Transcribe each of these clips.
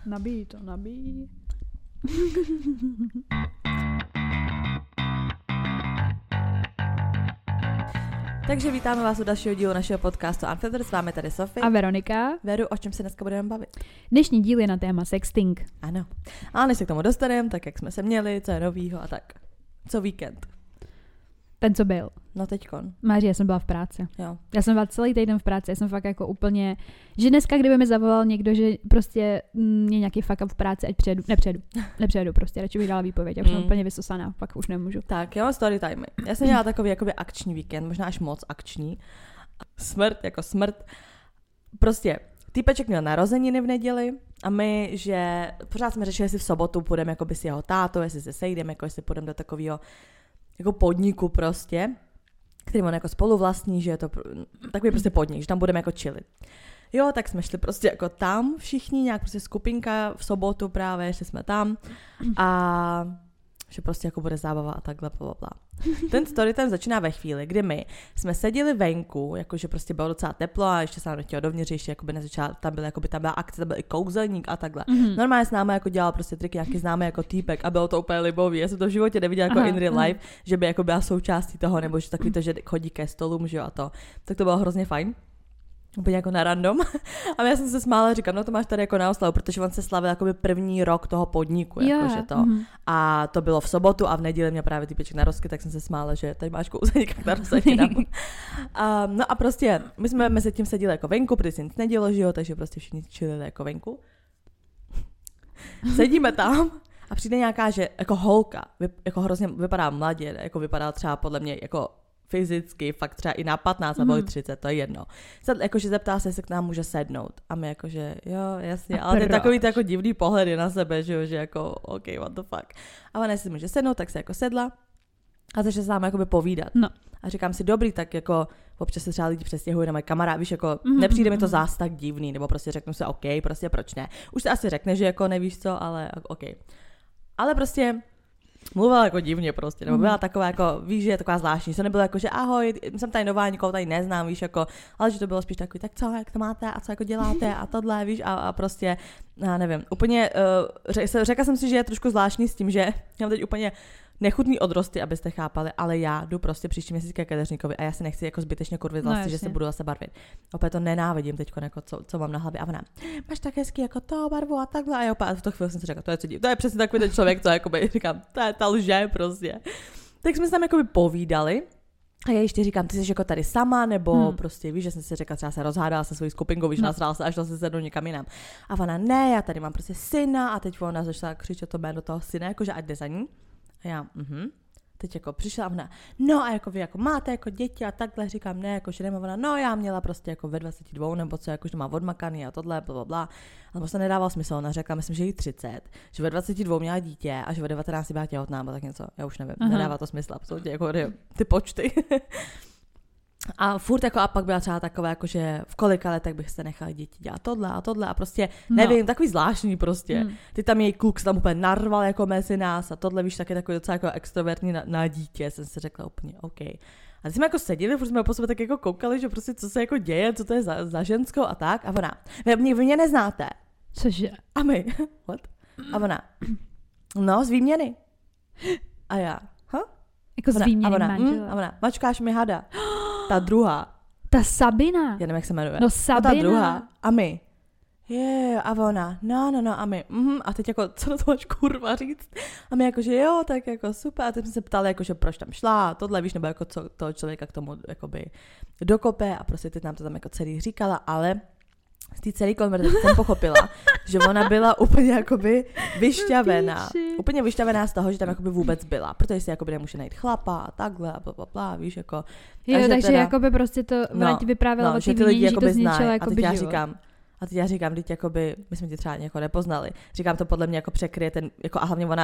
Nabíjí. Takže vítáme vás u dalšího dílu našeho podcastu Unfiltered. S vámi tady Sofie. A Veronika. Veru, o čem se dneska budeme bavit? Dnešní díl je na téma sexting. Ano. A než se k tomu dostaneme, tak jak jsme se měli, co je novýho a tak. Co víkend? Ten, co byl. No teďkon. Máří, já jsem byla v práci. Jo. Já jsem byla celý týden v práci, já jsem fakt jako úplně, že dneska, kdyby mi zavolal někdo, že prostě mě nějaký fuck up v práci, ať nepřijedu prostě, radši bych dala výpověď, já už jsem úplně vysosaná, pak už nemůžu. Tak, já mám story timey. Já jsem měla takový jakoby akční víkend, možná až moc akční. Smrt. Prostě týpeček měl narozeniny v neděli a my, že pořád jsme řešili, jestli v sobotu půjdeme jakoby s jeho tátou, jestli se sejdeme, jako jestli půjdeme do takového jako podniku prostě, který on jako spoluvlastní, že je to takový prostě podnik, že tam budeme jako chillit. Jo, tak jsme šli prostě jako tam všichni, nějak prostě skupinka v sobotu právě, šli jsme tam a že prostě jako bude zábava a takhle blablabla. Ten story time začíná ve chvíli, kdy my jsme seděli venku, jakože prostě bylo docela teplo a ještě se nám nechtělo dovnitř, ještě jakoby nezačala, tam byla akce, tam byl i kouzelník a takhle. Normálně s námi jako dělal prostě triky, nějaký známý jako týpek a bylo to úplně libový. Já jsem to v životě neviděla jako in real life, že by jako byla součástí toho, nebo že takový to, že chodí ke stolům, že jo, a to. Tak to bylo hrozně fajn. Úplně jako na random. A já jsem se smála, říkám, no to máš tady jako na oslavu, protože on se slavil jakoby první rok toho podniku, jakože to. A to bylo v sobotu a v neděli měl právě týpeček narozky, tak jsem se smála, že tady máš kouzelník k narozeninám. No a prostě my jsme mezi tím seděli jako venku, protože se nic nedělo, že jo, takže prostě všichni chillili jako venku. Sedíme tam a přijde nějaká, že jako holka, jako hrozně vypadá mladě, jako vypadá třeba podle mě jako fyzicky, fakt třeba i na 15 nebo 30, to je jedno. Jakože zeptá se, jestli k nám může sednout. A my jakože, jo, jasně, ale to je takový jako divný pohledy na sebe, že jo, že jako, OK, what the fuck. A ona si může sednout, tak se jako sedla a začala se nám jakoby povídat. No. A říkám si, dobrý, tak jako občas se třeba lidi přestěhují na moje kamarád, víš, jako nepřijde mi to zás tak divný, nebo prostě řeknu si, OK, prostě proč ne. Už se asi řekne, že jako nevíš co, ale OK. Ale prostě mluvila jako divně prostě, nebo byla taková jako, víš, že je taková zvláštní, to nebylo jako, že ahoj, jsem tady nová, nikoho tady neznám, víš, jako, ale že to bylo spíš takový, tak co, jak to máte a co jako děláte a tohle, víš, a prostě, já nevím, úplně, řekla jsem si, že je trošku zvláštní s tím, že mám teď úplně nechutný odrosty, abyste chápali, ale já jdu prostě příští měsíc ke kadeřníkovi a já si nechci jako zbytečně kurvit vlasy, že se budu zase barvit. Opět to nenávidím teď, jako co mám na hlavě. A ona, máš tak hezký jako to barvu a takhle. A já opět v tu chvíli jsem si řekla, to je přesně takový ten člověk, co jakoby, říkám, to je ta lže prostě. Tak jsme se tam jakoby povídali. A já ještě říkám, ty jsi jako tady sama, nebo prostě víš, že jsem si řekla, třeba se rozhádala se svojí skupinkou, víš, nasrala se, až to se sednou někam jinam. A ona, ne, já tady mám prostě syna a teď ona začala křičet to jméno toho syna, jakože ať jde za ní. A já, teď jako přišla a ona, no a jako vy jako máte jako děti a takhle, říkám, ne, jako že nemám, ona, no já měla prostě jako ve 22 nebo co, jako že má odmakaný a tohle, blablabla. Ale prostě nedával smysl, ona řekla, myslím, že jí 30, že ve 22 měla dítě a že ve 19 byla těhotná, nebo tak něco, já už nevím, nedává to smysl, absolutně, jako ty počty. A furt jako a pak byla třeba takové, jako že v kolika letech bych se nechala děti dělat tohle a prostě nevím, takový zvláštní prostě. Ty tam její kluk se tam úplně narval jako mezi nás a tohle víš, taky takový docela jako extrovertní na dítě, jsem si řekla úplně OK. A teď jsme jako seděli, furt jsme po sobě tak jako koukali, že prostě co se jako děje, co to je za ženskou a tak a ona, vy mě neznáte. Cože? A my, what? A ona, no z výměny. A já, Jako z výměny manžela. A ona, mačkáš mi hada. Ta druhá. Ta Sabina. Já nevím, jak se jmenuje. No Sabina. A ta druhá. A my. A ona. No. A my. A teď jako, co na to máš kurva říct? A my jako, že jo, tak jako super. A teď jsme se ptali, jako, že proč tam šla, tohle, víš, nebo jako co toho člověka k tomu jakoby dokope a prostě teď nám to tam jako celý říkala, ale z té celé konverzace jsem pochopila, že ona byla úplně jakoby vyšťavená. Úplně vyšťavená z toho, že tam jakoby vůbec byla. Protože si jakoby nemůže najít chlapa a takhle a blablabla, víš, jako. Jo, takže teda, jakoby prostě to ti vyprávěla o té výměně, že to zničilo jakoby život. A teď já říkám, teď jakoby, my jsme tě třeba jako nepoznali. Říkám, to podle mě jako překryje ten, jako a hlavně ona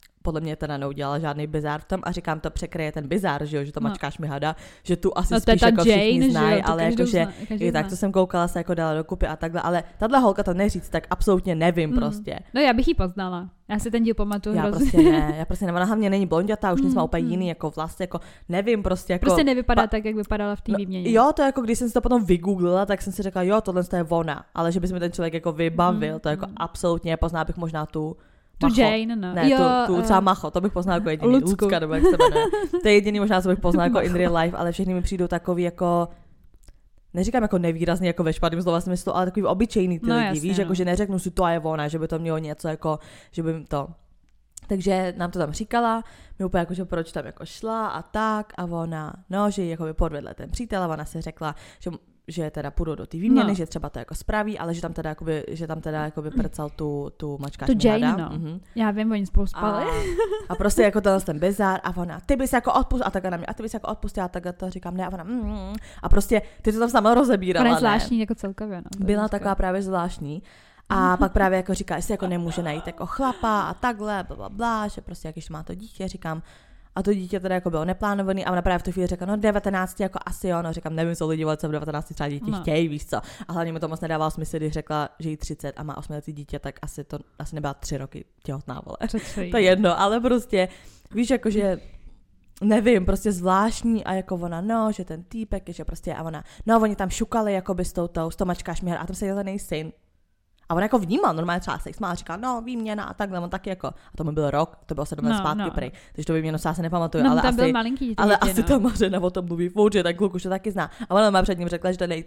podle mě teda neudělala žádný bizár v tom a říkám, to překryje ten bizár, že jo, že to mačkáš mi hada, že tu asi spíš jako všichni znají, ale jakože i tak, to jsem koukala, se jako dala dokupy a takhle, ale tahle holka to neříct, tak absolutně nevím prostě. No já bych ji poznala. Já si ten díl pamatuju hrozně. Já prostě ne, ona hlavně není blondětá, už nic má úplně jiný, jako vlastně, jako nevím prostě jako. Prostě nevypadá tak, jak vypadala v té výměně. Jo, to jako když jsem si to potom vygooglila, tak jsem si řekla, jo, tohle je ona, ale že by se mi ten člověk jako vybavil, to jako absolutně, poznala bych možná tu Jane, no. Ne, tu třeba Macho, to bych poznal jako jediný. Lucka, nebo jak se jmenuje. To je jediný možná, co bych poznal jako in real life, ale všechny mi přijdou takový jako, neříkám jako nevýrazný, jako ve špatným slova smyslu, ale takový obyčejný ty lidi, jasně, víš, jako že neřeknu si to je ona, že by to mělo něco jako, že by to. Takže nám to tam říkala, mi úplně jako, že proč tam jako šla a tak a ona, no, že jí jako by podvedla ten přítel a ona si řekla, že teda půjdu do té výměny, že třeba to jako spraví, ale že tam teda jakoby prcal tu mačkáš mi hada. No. Já vím, oni spolu spali. A prostě jako ten bizár a ona, ty bys jako odpustila, a tak na mě, a ty bys jako odpustila, a tak to říkám, ne, a ona, a prostě ty to tam sama rozebírala, ona je zvláštní jako celkově, no. Byla taková právě zvláštní. A pak právě jako říká, jestli jako nemůže najít jako chlapa a takhle, blablabla, že prostě jak ještě má to dítě, říkám, a to dítě teda jako bylo neplánovaný a ona právě v tu chvíli řekla, no 19 jako asi jo, no říkám, nevím, co lidi v 19 třeba děti chtějí, víš co. A hlavně mi to moc nedávalo smysl, když řekla, že jí 30 a má 8letý dítě, tak asi nebyla 3 roky těhotná, vole. To je jedno, ale prostě, víš, jakože nevím, prostě zvláštní a jako ona, no, že ten týpek, že prostě a ona, no, oni tam šukali jakoby s tou mačkáš mi a tam se ten její syn. A on jako vnímal, normálně třeba se smál, říká, no, výměna a takhle, on taky jako, a to mu byl rok, to bylo 7 let zpátky prej, takže to výměnu se nepamatuju, no, ale tam asi, byl malinký dítě, ale asi ta Mařena o tom mluví furt, že tak kluku to taky zná. A ona má před ním řekla, že ten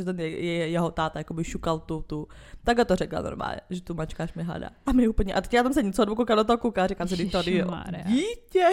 jeho táta jakoby šukal tu, tak to řekla normálně, že tu mačkáš mi hada. A my úplně, a teď já tam se něco koukám do toho kuka, říkám si, tady dítě.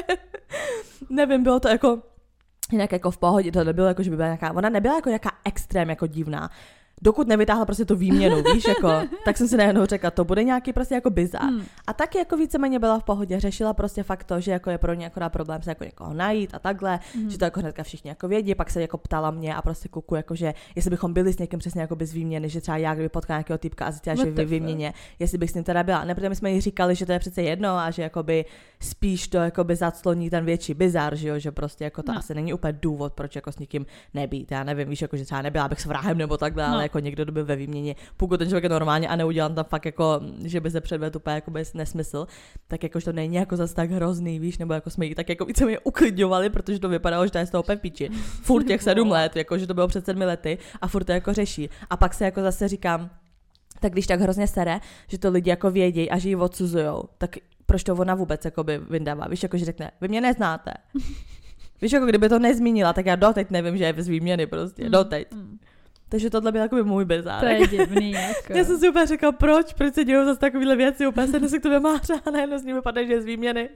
Nevím, bylo to jako, jinak jako v pohodě, to nebylo jako, že by byla nějaká, ona nebyla jako nějaká extrém jako divná. Dokud nevytáhla prostě tu výměnu, víš, jako, tak jsem si najednou řekla, to bude nějaký prostě jako bizár. A taky jako víceméně byla v pohodě, řešila prostě fakt to, že jako je pro ně akorát problém se jako někoho najít a takhle, že to jako hnedka všichni jako vědí, pak se jako ptala mě a prostě kluku, jako, že jestli bychom byli s někým přesně jako bez výměny, že třeba já kdyby potkala nějakého typka a zjistila, že ve výměně, jestli bych s ním teda byla. Ne, protože my jsme jí říkali, že to je přece jedno a že jakoby spíš to jakoby zacloní ten větší bizár, že prostě jako to asi není úplně důvod, proč jako s někým nebýt. Já nevím, víš, jako že třeba nebyla bych s vrahem nebo takhle, ale jako někdo byl ve výměně, pokud ten člověk je normálně a neudělám tam fakt jako, že by se předvedl úplně jako bez nesmysl, tak jakož to není jako zase tak hrozný, víš, nebo jako jsme jí tak jako více mě uklidňovali, protože to vypadalo, že to je z toho pepíči. Furt těch 7 let, jako že to bylo před 7 lety a furt to jako řeší. A pak se jako zase říkám, tak když tak hrozně sere, že to lidi jako vědějí a že ji odsuzujou, tak proč to ona vůbec jakoby vyndává, víš, jako že řekne, vy mě neznáte. Víš, jako kdyby to nezmínila, tak já doteď nevím, že je bez výměny prostě, doteď. Takže tohle byl takový můj bizár. To je divný, jako. Já jsem si úplně řekla, proč se dějou zase takovýhle věci, úplně se k tobě máře a najednou s ním vypadne, že je z výměny.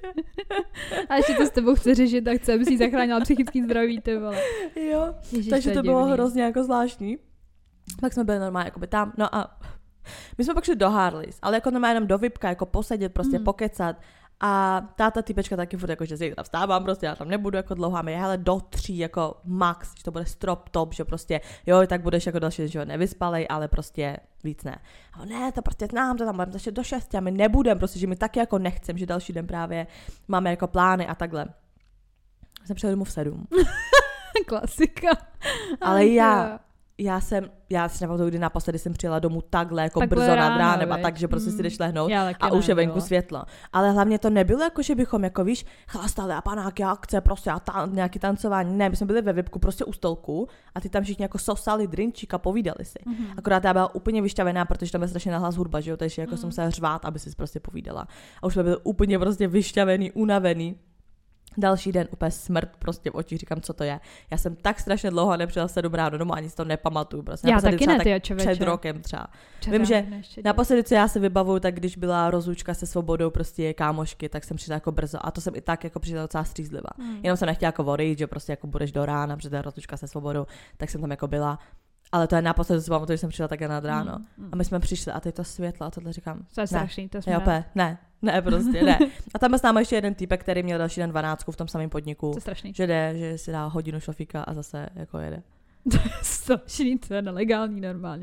A ještě to s tebou chce řešit, tak chce, aby si zachránila psychický zdraví, ty vole. Jo, Ježiš, takže to bylo hrozně jako zvláštní. Pak jsme byli normálně jakoby tam, no a my jsme pak šli do Harleys, ale jako normálně jenom do VIPka, jako posedět, prostě pokecat. A táta týpečka taky furt jako, že si tam vstávám, prostě já tam nebudu jako dlouho, a my hele do 3 jako max, že to bude strop top, že prostě jo, tak budeš jako další, že jo, nevyspalej, ale prostě víc ne. A ne, to prostě znám, to tam budeme ještě do 6 a my nebudeme, prostě, že my taky jako nechcem, že další den právě máme jako plány a takhle. Jsem přijel domů v 7. Klasika. Ale já si nepamatuju, kdy naposledy jsem přijela domů takhle jako tak brzo nad ránem a tak, že prostě si jdeš lehnout a už je venku světlo. Ale hlavně to nebylo jako, že bychom jako víš, chlastali a panáky akce prostě a nějaký tancování. Ne, my jsme byli ve VIPku prostě u stolku a ty tam všichni jako sosali drinčík a povídali si. Akorát já byla úplně vyšťavená, protože tam je strašně nahlas hudba, že jo, takže jako jsem se řvát, aby si prostě povídala. A už jsme byli úplně prostě vyšťavený, unavený. Další den úplně smrt prostě v očích, říkám, co to je. Já jsem tak strašně dlouho nepřijela 7 ráno domů, ani si to nepamatuju. Prostě. Já taky ne, ty před rokem třeba. Vím, že naposledy, co já si vybavuju, tak když byla rozlučka se Svobodou prostě kámošky, tak jsem přišla jako brzo. A to jsem i tak jako přišla docela střízlivá. Jenom jsem nechtěla jako odejít, že prostě jako budeš do rána, protože to je rozlučka se Svobodou, tak jsem tam jako byla. Ale to je naposledy, co pamatuju, že jsem přišla také nad ráno. A my jsme přišli a teď to světlo a tohle říkám. To je strašný, to jsme ne, prostě ne. A tam s námi ještě jeden týpek, který měl další den 12 v tom samém podniku. To je strašný. Že jde, že si dá hodinu šlofíka a zase jako jede. To je strašný, to je nelegální normálně.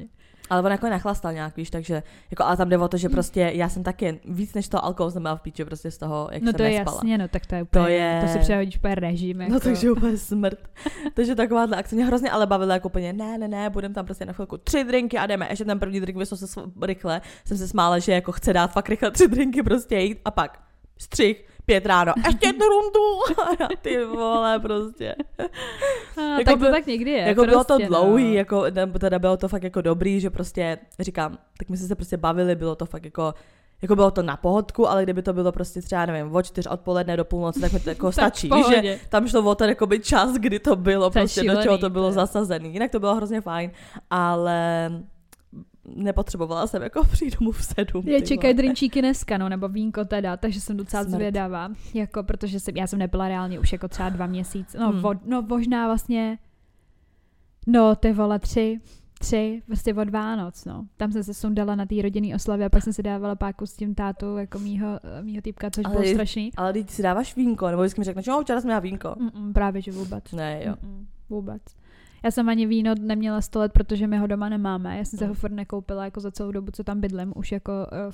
Ale on jako nachlastal nějak, víš, takže jako, ale tam jde o to, že prostě já jsem taky víc než toho alkoholu jsem byla v píči prostě z toho, jak no jsem to je nespala. Jasně, no tak to je úplně, to si přehodíš úplně režim. Jako. No takže úplně smrt. Takže takováhle akce mě hrozně ale bavila jako úplně, ne, budem tam prostě na chvilku 3 drinky a jdeme. Ještě ten první drink vysl se rychle, jsem se smála, že jako chce dát fakt rychle 3 drinky prostě jít a pak střih, 5 ráno, ještě jednu rundu. A ty vole, prostě. Jako tak to tak někdy je. Jako prostě, bylo to dlouhý, jako, teda bylo to fakt jako dobrý, že prostě, říkám, tak my jsme se prostě bavili, bylo to fakt jako bylo to na pohodku, ale kdyby to bylo prostě třeba, nevím, od 4 odpoledne do půlnoci, tak mi to jako stačí, že tam šlo o ten jakoby čas, kdy to bylo, prostě do čeho to bylo zasazený. Jinak to bylo hrozně fajn, ale nepotřebovala jsem jako přijít domů v 7. Je čekají drinčíky dneska, no, nebo vínko teda, takže jsem docela zvědavá, jako, protože já jsem nebyla reálně už jako třeba 2 měsíce, možná vlastně, ty vole 3, vlastně od Vánoc, no. Tam jsem se sundala na té rodinný oslavě a pak jsem si dávala páku s tím tátou jako mýho týpka, což bylo strašný. Ale teď si dáváš vínko, nebo vždycky mi řekneš, včera jsem měla vínko. Právě, že vůbec. Ne, jo. Vůbec. Já jsem ani víno neměla 100 let, protože my ho doma nemáme. Já jsem se ho furt nekoupila jako za celou dobu, co tam bydlím, už jako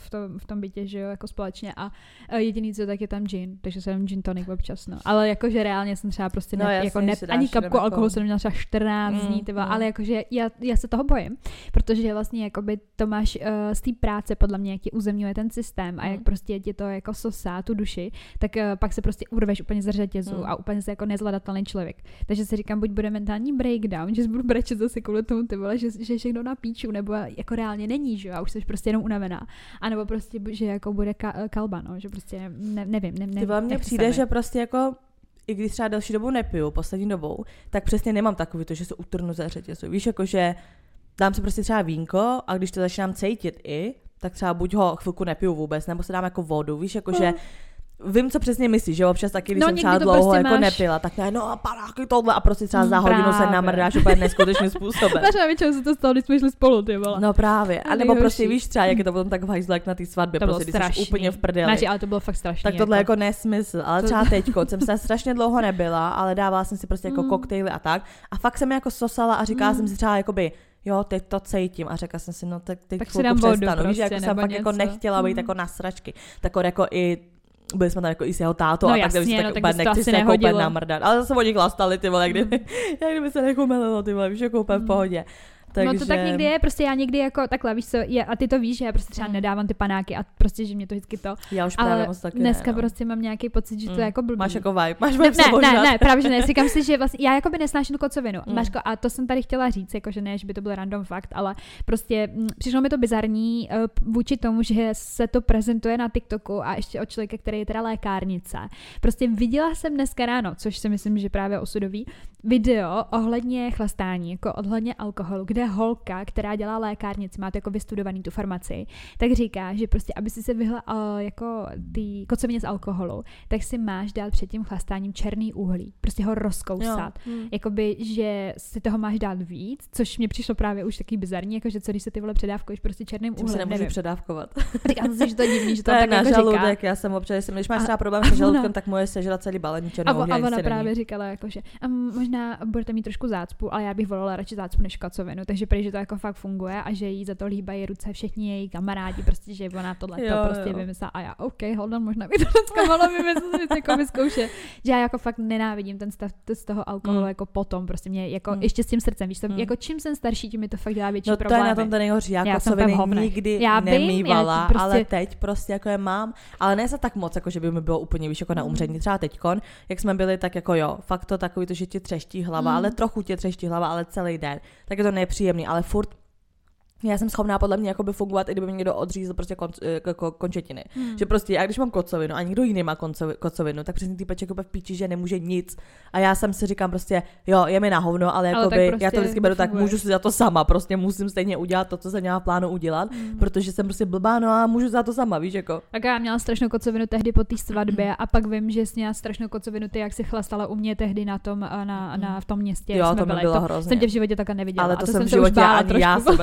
v tom bytě, že jo, jako společně. A jediný co, tak je tam gin, takže jsem gin tonic občas, no. Ale jakože reálně jsem třeba prostě ani kapku alkoholu jsem neměla třeba 14 dní, ale jakože já se toho bojím, protože vlastně jakoby to máš z té práce, podle mě, jak ti uzemňuje ten systém a jak prostě ti to jako sosá tu duši, tak pak se prostě urveš úplně z řetězu a úplně se jako nezvladatelný člověk. Takže si říkám, buď bude mentální breakdown, že budu brečet zase kvůli tomu, ty vole, že všechno na píču, nebo jako reálně není, že jo, a už jsi prostě jenom unavená. A nebo prostě, že jako bude kalba, no, že prostě nevím. Ty vole, mně přijde, že prostě jako, i když třeba delší dobou nepiju, poslední dobou, tak přesně nemám takový to, že se utrhnu ze řetězu. Víš, jako, že dám si prostě třeba vínko a když to začínám cítit tak třeba buď ho chvilku nepiju vůbec, nebo se dám jako vodu, víš, jako, že vím, co přesně myslíš, že občas taky, když jsem třeba dlouho prostě jako nepila, tak ne, a panáky tohle a prostě třeba za hodinu se namrdáš úplně neskutečným způsobem. Třeba většinou se to stalo, když jsme šli spolu, ty vole. No právě, a nebo prostě víš třeba, jak je to potom tak v hajzlu, jak na té svatbě, to prostě když jsi úplně v prdeli. Naši, ale to bylo fakt strašný. Tak tohle jako nesmysl, ale třeba teďko, jsem se strašně dlouho nebyla, ale dávala jsem si prostě jako koktejly a tak a fakt jsem jako sosala a říkala jsem si třeba jakoby jo, teď to cítím a řekla jsem si, no tak si dám vodu prostě, víš, jako jsem fakt jako nechtěla být jako na sračky. Tak jako i byli jsme tam jako i s jeho tátou a tak, jasně, tak nechci se jako úplně namrdat. Ale zase oni chlastali, ty vole, jak kdyby se nechumelilo, ty vole, víš, jako úplně v pohodě. Takže... No to tak někdy je, prostě já někdy jako takhle, víš co, a ty to víš, že já prostě třeba nedávám ty panáky a prostě, že mě to vždycky to. Já už právě moc taky dneska prostě mám nějaký pocit, že to je jako blbý. Máš jako vibe, máš vibe ne, právě že ne, říkám si, že vlastně, já jako by nesnáším kocovinu. Maško, a to jsem tady chtěla říct, jako že ne, že by to byl random fakt, ale prostě přišlo mi to bizarní vůči tomu, že se to prezentuje na TikToku a ještě od člověka, který je teda lékárnice. Prostě viděla jsem dneska ráno, což si myslím, že právě osudový, video ohledně chlastání, jako ohledně alkoholu, kde holka, která dělá lékárnici, má to jako vystudovaný tu farmacii, tak říká, že prostě, aby si se vyhla jako ty kocovině z alkoholu, tak si máš dát před tím chlastáním černý uhlí, prostě ho rozkousat. Jakoby, že si toho máš dát víc, což mě přišlo právě už taky bizarní, jakože co když se ty vole předávkuješ prostě černým uhlím. Se nemůžu předávkovat. Říkám si, že to je divný, že to je tak na jako žaludek, říká. Já jsem občas, když máš třeba problém se žaludkem, tak moje sežrat celý balení černou uhlí. A ona právě říkala, jakože možná budete mít trošku zácpu, ale já bych volila radši zácpu než kocovinu, takže prý, že to jako fakt funguje a že jí za to líbají ruce všichni její kamarádi, prostě, že ona tohle to prostě vymyslela a já hold on, možná bych to dneska mohla vymyslet, jako vyzkoušet, že já jako fakt nenávidím ten stav z toho alkoholu jako potom, prostě mě jako ještě s tím srdcem, víš, jako čím jsem starší, tím mi to fakt dělá větší problémy. To je na tom ten nejhorší, já kocoviny nikdy nemývala, ale teď prostě jako je mám, ale ne za tak moc, jako že by mi bylo úplně, víš, jako na umření, třeba teďkon, jak jsme byli, tak jako jo, fakt to takový to, že ti třeští hlava, ale trochu tě třeští hlava, ale celý den, tak je to nepříjemný, ale furt já jsem schopná podle mě jakoby fungovat, i kdyby mě někdo odřízl prostě končetiny. Že prostě já když mám kocovinu a někdo jiný má kocovinu, tak přesně týpeček jako v píči, že nemůže nic. A já jsem si říkám prostě, jo, je mi na hovno, ale jakoby prostě já to vždycky beru tak, můžu si za to sama, prostě musím stejně udělat to, co jsem měla v plánu udělat, protože jsem prostě blbá, no a můžu za to sama, víš, jako. Tak já měla strašnou kocovinu tehdy po té svatbě a pak vím, že jsi měla strašnou kocovinu ty, jak si chlastala u mě tehdy na tom v tom městě, jo, jsme to byli. bylo hrozně. Jsem tě v životě takhle neviděla. Ale to jsem v životě ani já sebe takhle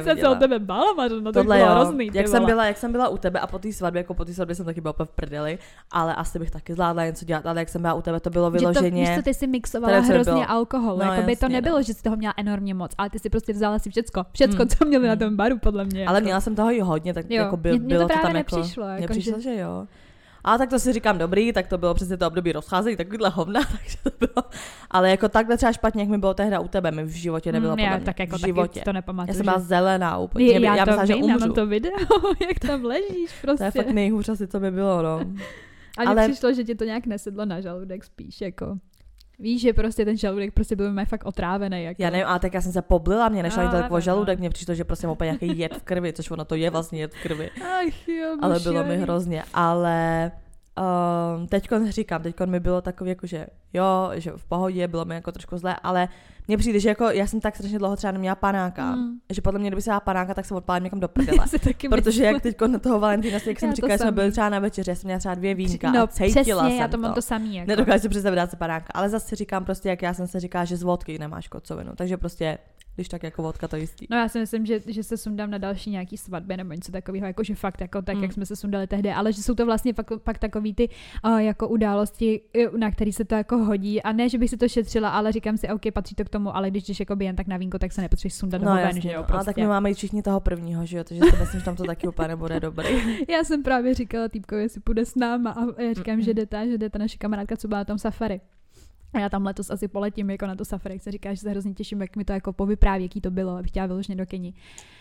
jsem se o tebe bála, Mařeno, to bylo hrozný. Jak jsem byla u tebe a po té svatbě jsem taky byla v prdeli, ale asi bych taky zvládla něco dělat, ale jak jsem byla u tebe, to bylo vyloženě. Víš co, ty si mixovala hrozně alkohol, no, jakoby to nebylo, že jsi toho měla enormně moc, ale ty si prostě vzala si všecko, co měli na tom baru, podle mě. Ale měla jsem toho i hodně, tak jako bylo to tam jako. Mně přišlo, že jo. A tak to si říkám dobrý, tak to bylo přesně to období rozcházení, takovýhle hovna, takže to bylo. Ale jako takhle třeba špatně, jak mi bylo tehda u tebe, mi v životě nebylo podle mě. Tak jako v životě. To nepamatuju. Já jsem byla zelená úplně. Já myslela, že umřu. Mám to video, jak tam ležíš prostě. To je fakt nejhůř asi, co by bylo, no. Ale přišlo, že ti to nějak nesedlo na žaludek spíš, jako. Víš, že prostě ten žaludek prostě byl mi fakt otrávený. Jako. Já nevím, ale tak já jsem se poblila, mě nešla ani tolik o žaludek, mně přišlo, že prostě mám úplně nějaký jed v krvi, což ono to je vlastně jed v krvi. Ach jo, ale bylo mi hrozně, ale teďkon mi bylo takový jako, že jo, že v pohodě, bylo mi jako trošku zlé, ale mně přijde, že jako já jsem tak strašně dlouho třeba neměla panáka, že podle mě, kdyby se dala panáka, tak se odpálím někam do prdele. Protože jak teďko na toho Valentína, jak jsem říkala, jsme byli třeba na večeři, já jsem měla třeba 2 vínka a cítila jsem já to mám to samý. Jako. Nedokážu si představit dát se panáka, ale zase říkám prostě, jak já jsem se říkala, že z vodky nemáš kocovinu, takže prostě když tak jako vodka to jistý. No já si myslím, že se sundám na další nějaký svatbě nebo něco takového, jako že fakt jako tak, jak jsme se sundali tehdy, ale že jsou to vlastně pak takový ty jako události, na který se to jako hodí a ne, že bych si to šetřila, ale říkám si, OK, patří to k tomu, ale když jdeš jako jen tak na vínko, tak se nepotřebuješ sundat ven, že jo, prostě. A tak my máme i všichni toho prvního, že jo, takže si myslím, že tam to taky úplně nebude dobrý. Já jsem právě říkala týpkovi, jestli půjde s náma a já říkám, že jde ta naše kamarádka, co byla na tom safari. A já tam letos asi poletím jako na to safari, jak se říká, že se hrozně těším, jak mi to jako povypráví, jaký to bylo, abych chtěla vyloženě do Keni.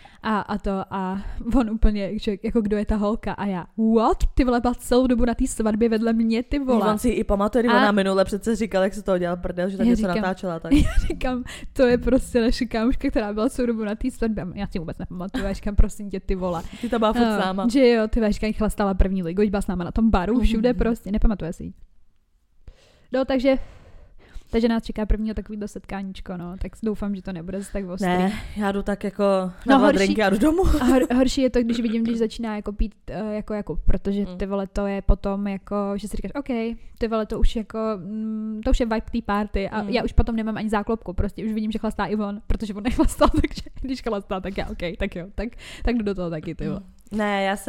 A on úplně, že jako kdo je ta holka a já, what? Ty vole, byla celou dobu na té svatbě vedle mě, ty vole. On si i pamatuje, ona minule přece říkal, jak se toho dělal prdel, že tak něco natáčela. Tak. Já říkám, to je prostě naše kámoška, která byla celou dobu na té svatbě. Já si vůbec nepamatuju, já říkám, prosím tě, ty vole. Ty tam byla furt s náma. Že jo, ty říkám, chlastala první ligu, byla s náma na tom baru, všude prostě, nepamatuje si. No, takže nás čeká prvního takovýhle setkáníčko, no, tak doufám, že to nebude zase tak ostrý. Ne, já jdu tak jako na drinky a jdu domů. A horší je to, když začíná jako pít, jako, protože ty vole, to je potom jako, že si říkáš, OK, ty vole, to už jako, to už je vibe té party a já už potom nemám ani záklopku, prostě už vidím, že chlastá i on, protože on nechlastal, takže když chlastá, tak já OK, tak jo, tak jdu do toho taky, ty vole. Ne, já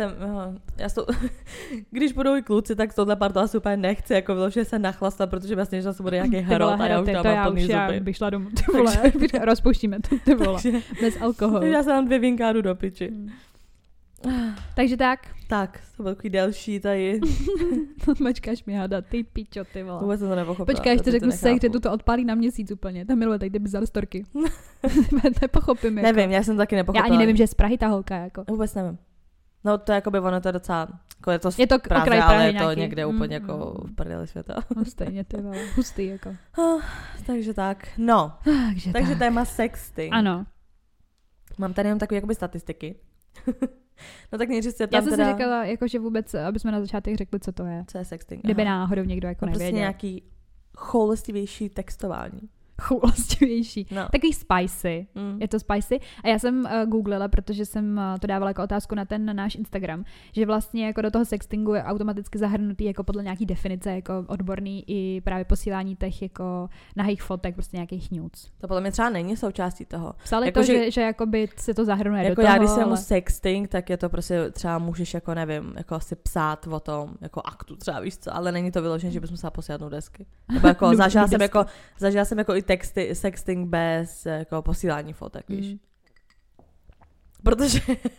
když budou i kluci, tak tohle partu asi úplně nechci, jako vyloženě se nachlastat, protože vlastně, že se bude nějaký herot a já už tam mám plný zuby. Já bych šla domů, ty vole, rozpouštíme to, ty vole, bez alkoholu. Já se dám 2 vínka a jdu do piči. Takže tak. Tak, to byl takový delší tady. Mačkáš mi hádat, ty pičo, ty vole. Vůbec jsem to nepochopila. Počkej, ještě řeknu se, že tu to odpálí na měsíc úplně. Tam miluje tady ty bizar storky. Nepochopím. Jako. Nevím, já jsem taky nepochopila. Já ani nevím, že je z Prahy ta holka, jako. Vůbec nevím. No to jako by ono to je docela, jako je to Praze, okraj ale je to nějaký. někde úplně jako v prdeli světa. No stejně, ty vole, hustý jako. Takže tak, no. Takže téma sexting. Ano. Mám tady jenom takové jakoby statistiky. No tak nejdřív se tam já jsem si říkala, jako, že vůbec, aby jsme na začátek řekli, co to je. Co je sexting? Kdyby náhodou někdo jako nevěděl. Prostě nějaký choulostivější textování. Choulostivější. No. Takový spicy. Je to spicy. A já jsem googlila, protože jsem to dávala jako otázku na ten náš Instagram, že vlastně jako do toho sextingu je automaticky zahrnutý jako podle nějaký definice jako odborný i právě posílání těch jako nahých fotek, prostě nějakých nudes. To podle mě třeba není součástí toho. Psali jako, to, že jakoby se to zahrnuje jako do toho. Já, když jsem sexting, tak je to prostě třeba můžeš jako nevím, jako si psát o tom, jako aktu třeba, víš co, ale není to vyložené, že bychom se posílat desky. Nebo jako zažila jsem jako i texty, sexting bez jako posílání fotek, víš. Protože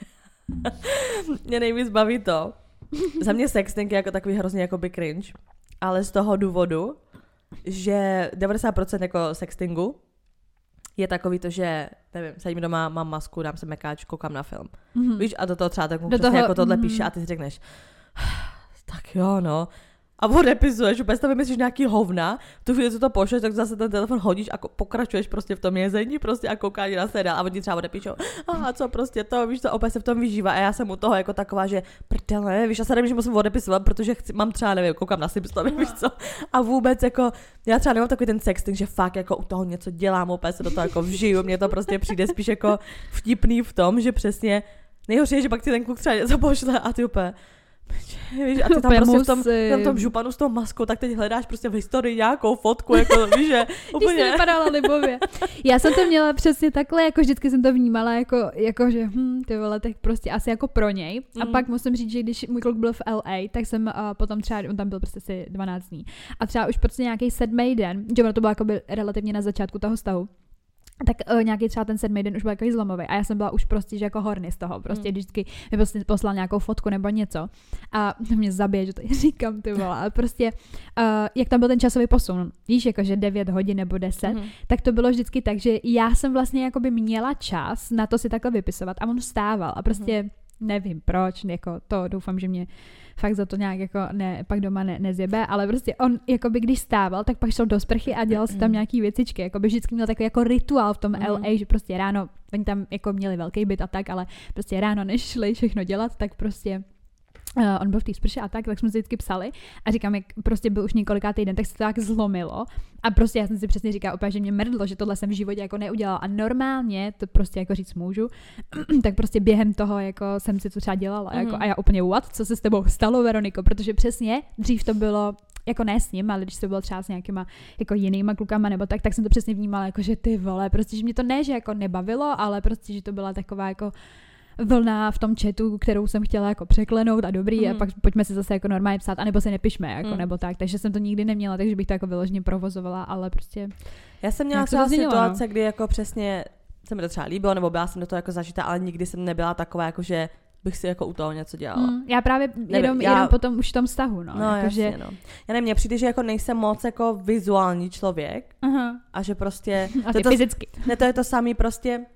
mě nejvíc baví to. Za mě sexting je jako takový hrozně jakoby cringe, ale z toho důvodu, že 90% jako sextingu je takový to, že nevím, sedím doma, mám masku, dám se mekáč, koukám na film. Víš, a do toho třeba tak mu přesně jako tohle píše a ty si řekneš tak jo, no. A odepisuješ, úplně si vymyslíš nějaký hovna, tu chvíli, co to pošleš, tak zase ten telefon hodíš a pokračuješ prostě v tom jezení prostě a koukání na seriál a oni třeba odepíšou, a co prostě to, víš co, opět se v tom vyžívá a já jsem u toho jako taková, že prdele, víš, já se nevím, že musím odepisovat, protože mám třeba, nevím, koukám na Simpsonovi, víš co, a vůbec jako, já třeba nemám takový ten sexting, že fakt jako u toho něco dělám, opět se do toho jako vžiju, mně to prostě přijde spíš jako vtipný v tom, že přesně, nejhorší je, že pak ti ten kluk třeba něco pošle a ty úplně, Víš, a ty tam prostě v tom županu s tou maskou, tak teď hledáš prostě v historii nějakou fotku, jako víš, že úplně. Když jsi vypadala libově. Já jsem to měla přesně takhle, jako vždycky jsem to vnímala, jako že ty vole, tak prostě asi jako pro něj. A pak musím říct, že když můj kluk byl v LA, tak jsem potom třeba, on tam byl prostě asi 12 dní. A třeba už prostě nějaký 7. den, že ono to bylo jako by relativně na začátku toho stavu, tak nějaký třeba ten 7. den už byl jako zlomový a já jsem byla už prostě, že jako horny z toho, prostě vždycky mi prostě poslal nějakou fotku nebo něco a to mě zabije, že to říkám, ty vole, ale prostě jak tam byl ten časový posun, víš, jakože 9 hodin nebo 10, tak to bylo vždycky tak, že já jsem vlastně jakoby měla čas na to si takhle vypisovat a on vstával a prostě nevím proč, jako to doufám, že mě fakt za to nějak jako pak doma nezjebe, ale prostě on jakoby když stával, tak pak šel do sprchy a dělal si tam nějaký věcičky, jakoby vždycky měl takový jako rituál v tom LA, že prostě ráno, oni tam jako měli velký byt a tak, ale prostě ráno než šli všechno dělat, tak prostě on byl v té sprše a tak jsme si vždycky psali a říkám, jak prostě byl už několikátý den, tak se to tak zlomilo a prostě já jsem si přesně říkala úplně, že mě mrdlo, že tohle jsem v životě jako neudělala a normálně to prostě jako říct můžu, tak prostě během toho jako jsem si to třeba dělala jako, a já úplně co se s tebou stalo, Veroniko, protože přesně dřív to bylo jako ne s ním, ale když to bylo třeba s nějakýma jako jinýma klukama nebo tak jsem to přesně vnímala jako, že ty vole, prostě, že mě to ne, že jako nebavilo, ale prostě, že to byla taková jako vlna v tom chatu, kterou jsem chtěla jako překlenout a dobrý a pak pojďme si zase jako normálně psát, anebo se nepišme jako nebo tak, takže jsem to nikdy neměla, takže bych to jako vyloženě provozovala, ale prostě. Já jsem měla třeba situace, kdy jako přesně se mi to třeba líbilo, nebo byla jsem do toho jako zažitá, ale nikdy jsem nebyla taková jako, že bych si jako u toho něco dělala. Já právě jenom potom už v tom vztahu, no jako, jasně, že... no. Já nevím, mně přijde, že jako nejsem moc jako vizuální člověk a že prostě... A ty fyzicky. Ne, to je to samý prostě,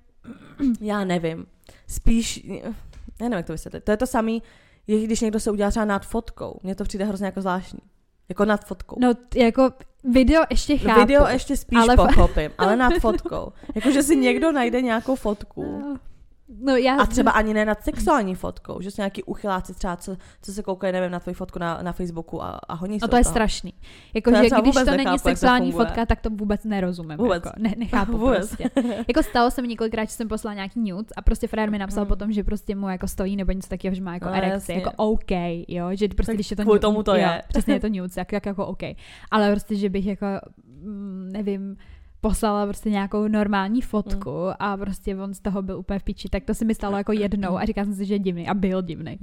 já nevím. Spíš, já nevím, jak to vysvětlit. To je to samý, když někdo se udělá třeba nad fotkou. Mně to přijde hrozně jako zvláštní. Jako nad fotkou. No, jako video ještě chápu. Video ještě spíš pochopím, ale nad fotkou. Jako, že si někdo najde nějakou fotku. No, a třeba ani ne nad sexuální fotkou, že jsou nějaký uchyláci třeba, co se koukají, nevím, na tvoji fotku na Facebooku a honí se. A to je strašný. Jako, že když to není sexuální fotka, tak to vůbec nerozumím. Vůbec. Jako, nechápu prostě. Jako stalo se mi několikrát, že jsem poslala nějaký nude a prostě frajer mi napsal potom, že prostě mu jako stojí nebo něco takového, že má jako erekci, jako OK, jo, že prostě když je to kvůli tomu to je. Přesně je to nude, jako OK. Ale prostě, že bych jako, nevím, poslala prostě nějakou normální fotku a prostě on z toho byl úplně v píči, tak to se mi stalo jako jednou a říkala jsem si, že je divný a byl divný.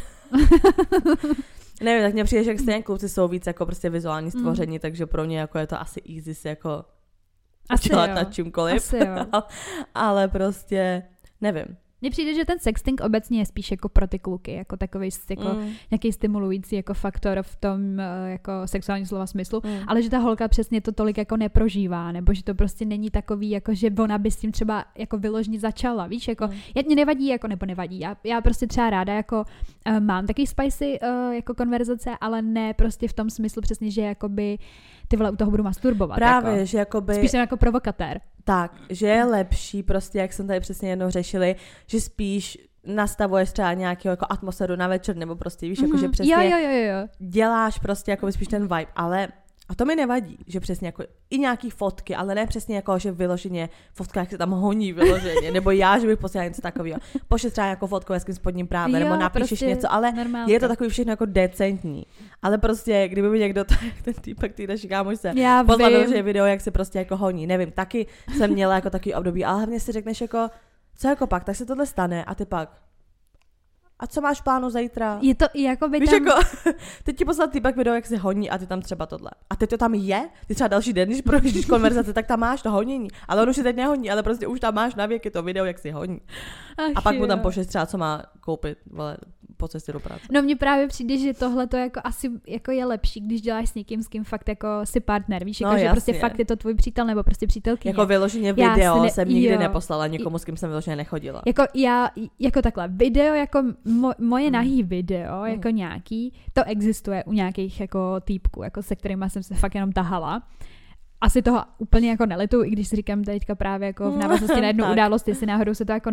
Nevím, tak mně přijde, že stejně kluci jsou víc jako prostě vizuální stvoření, takže pro ně jako je to asi easy si jako udělat nad čímkoliv. Asi jo. Ale prostě nevím. Mně přijde, že ten sexting obecně je spíš jako pro ty kluky, jako takový jako nějaký stimulující jako faktor v tom jako sexuální slova smyslu, ale že ta holka přesně to tolik jako neprožívá, nebo že to prostě není takový, jako že ona by s tím třeba jako vyloženě začala, víš, jako mě nevadí, jako nebo nevadí, já prostě třeba ráda jako mám taky spicy jako konverzace, ale ne prostě v tom smyslu přesně, že jakoby ty vole u toho budu masturbovat. Právě, jako. že jakoby... Spíš jsem jako provokatér. Tak, že je lepší prostě, jak jsem tady přesně jednou řešili, že spíš nastavuješ třeba nějakou jako atmosféru na večer, nebo prostě víš, jako že přesně jo. děláš prostě jako spíš ten vibe, ale a to mi nevadí, že přesně jako i nějaký fotky, ale ne přesně jako, že vyloženě fotka, jak se tam honí vyloženě, nebo já, že bych posílala něco takového. Pošli třeba jako fotku hezkým spodním právě, nebo napíšeš prostě něco, ale normálka. Je to takový všechno jako decentní. Ale prostě, kdyby mi někdo, ten týpek, ty naši kámošce, poslal vyloženě video, jak se prostě jako honí, nevím, taky jsem měla jako takový období, ale hlavně si řekneš jako, co jako pak, tak se tohle stane a ty pak. A co máš v plánu zítra? Je to jako by víš, tam... jako, teď ti poslal týpek video, jak se honí a ty tam třeba tohle. A teď to tam je, ty třeba další den, když projíždíš konverzace, tak tam máš to honění. Ale on už si teď nehoní, ale prostě už tam máš na věky to video, jak si honí. A pak mu tam pošleš třeba, co má koupit po cestě do práce. No mně právě přijde, že tohle to jako asi jako je lepší, když děláš s někým, s kým fakt jako si partner, víš, jako, že prostě fakt je to tvůj přítel nebo prostě přítelkyně. Jako vyloženě video jsem nikdy neposlala nikomu, s kým jsem vyloženě nechodila. Jako já, jako takhle, video, jako moje nahý video, jako nějaký, to existuje u nějakých jako týpků, jako se kterýma jsem se fakt jenom tahala. Asi toho úplně jako nelituju, i když si říkám teďka právě jako v návaznosti na jednu událost, jestli náhodou se to jako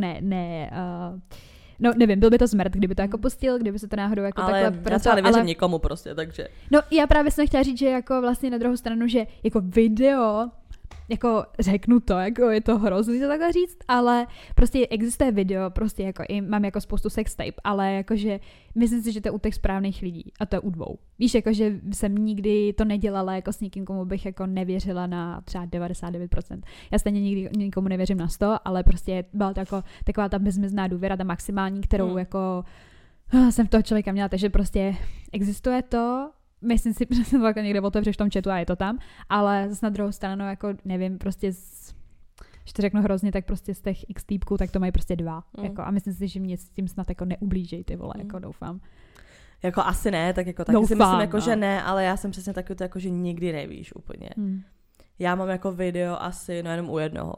no nevím, byl by to smrt, kdyby to jako pustil, kdyby se to náhodou jako ale takhle... Já třeba nevěřím nikomu prostě, takže... No já právě jsem chtěla říct, že jako vlastně na druhou stranu, že jako video jako řeknu to, jako je to hrozný to takhle říct, ale prostě existuje video, prostě jako i mám jako spoustu sextape, ale jakože myslím si, že to je u těch správných lidí a to je u dvou. Víš, jakože jsem nikdy to nedělala jako s někým, komu bych jako nevěřila na třeba 99%. Já stejně nikdy nikomu nevěřím na 100, ale prostě byla to jako taková ta bezmezná důvěra, ta maximální, kterou jako jsem v toho člověka měla, takže prostě existuje to. Myslím si, že jsem to někde otevřeš v tom chatu a je to tam, ale zase na druhou stranu, jako nevím, prostě že to řeknu hrozně, tak prostě z těch x týpků, tak to mají prostě 2. Jako, a myslím si, že mě s tím snad jako neublížej, ty vole, jako doufám. Jako asi ne, tak jako taky doufám, si myslím, jako, že ne, ale já jsem přesně takový to, jako, že nikdy nevíš úplně. Já mám jako video asi, no jenom u jednoho.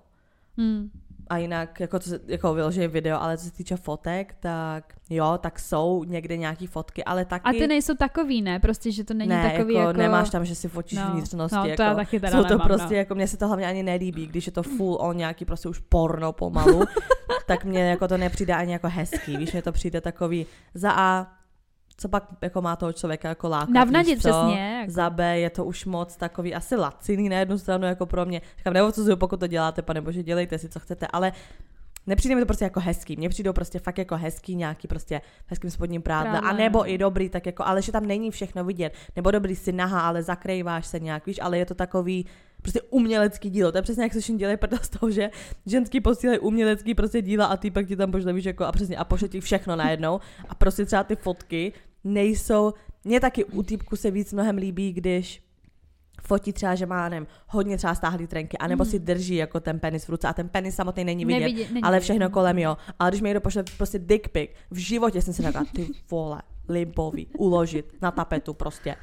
A jinak, jako vyloženě video, ale co se týče fotek, tak jo, tak jsou někde nějaký fotky, ale taky... A ty nejsou takový, ne? Prostě, že to není takový jako... nemáš tam, že si fotíš vnitřnosti, to jako... já taky teda jsou to nemám, prostě, jako mně se to hlavně ani nelíbí, když je to full on nějaký prostě už porno pomalu, tak mně jako to nepřijde ani jako hezký, víš, mně to přijde takový za A, co pak jako má toho člověka jako lákat, navnadit přesně. Jako. Za B je to už moc takový asi laciný na jednu stranu jako pro mě. Říkám, neodsuzuju, pokud to děláte, panebože, dělejte si, co chcete, ale nepřijde mi to prostě jako hezký. Mně přijdou prostě fakt jako hezký nějaký prostě hezkým spodním prádle. A nebo i dobrý, tak jako, ale že tam není všechno vidět. Nebo dobrý si nahá, ale zakrýváš se nějak, víš, ale je to takový prostě umělecký dílo. To je přesně jak se všichni dělají prdel z toho, že ženský posílají umělecký prostě díla a ty pak ti tam pošle, víš, jako a přesně a pošle ti všechno najednou. A prostě třeba ty fotky nejsou, mně taky u týpku se víc mnohem líbí, když fotí třeba, že má, nevím, hodně třeba stáhlý trenky, anebo si drží jako ten penis v ruce a ten penis samotný není vidět, ale všechno kolem jo. Ale když mi někdo pošle prostě dick pic, v životě jsem si říkala, ty vole, libový, uložit na tapetu prostě.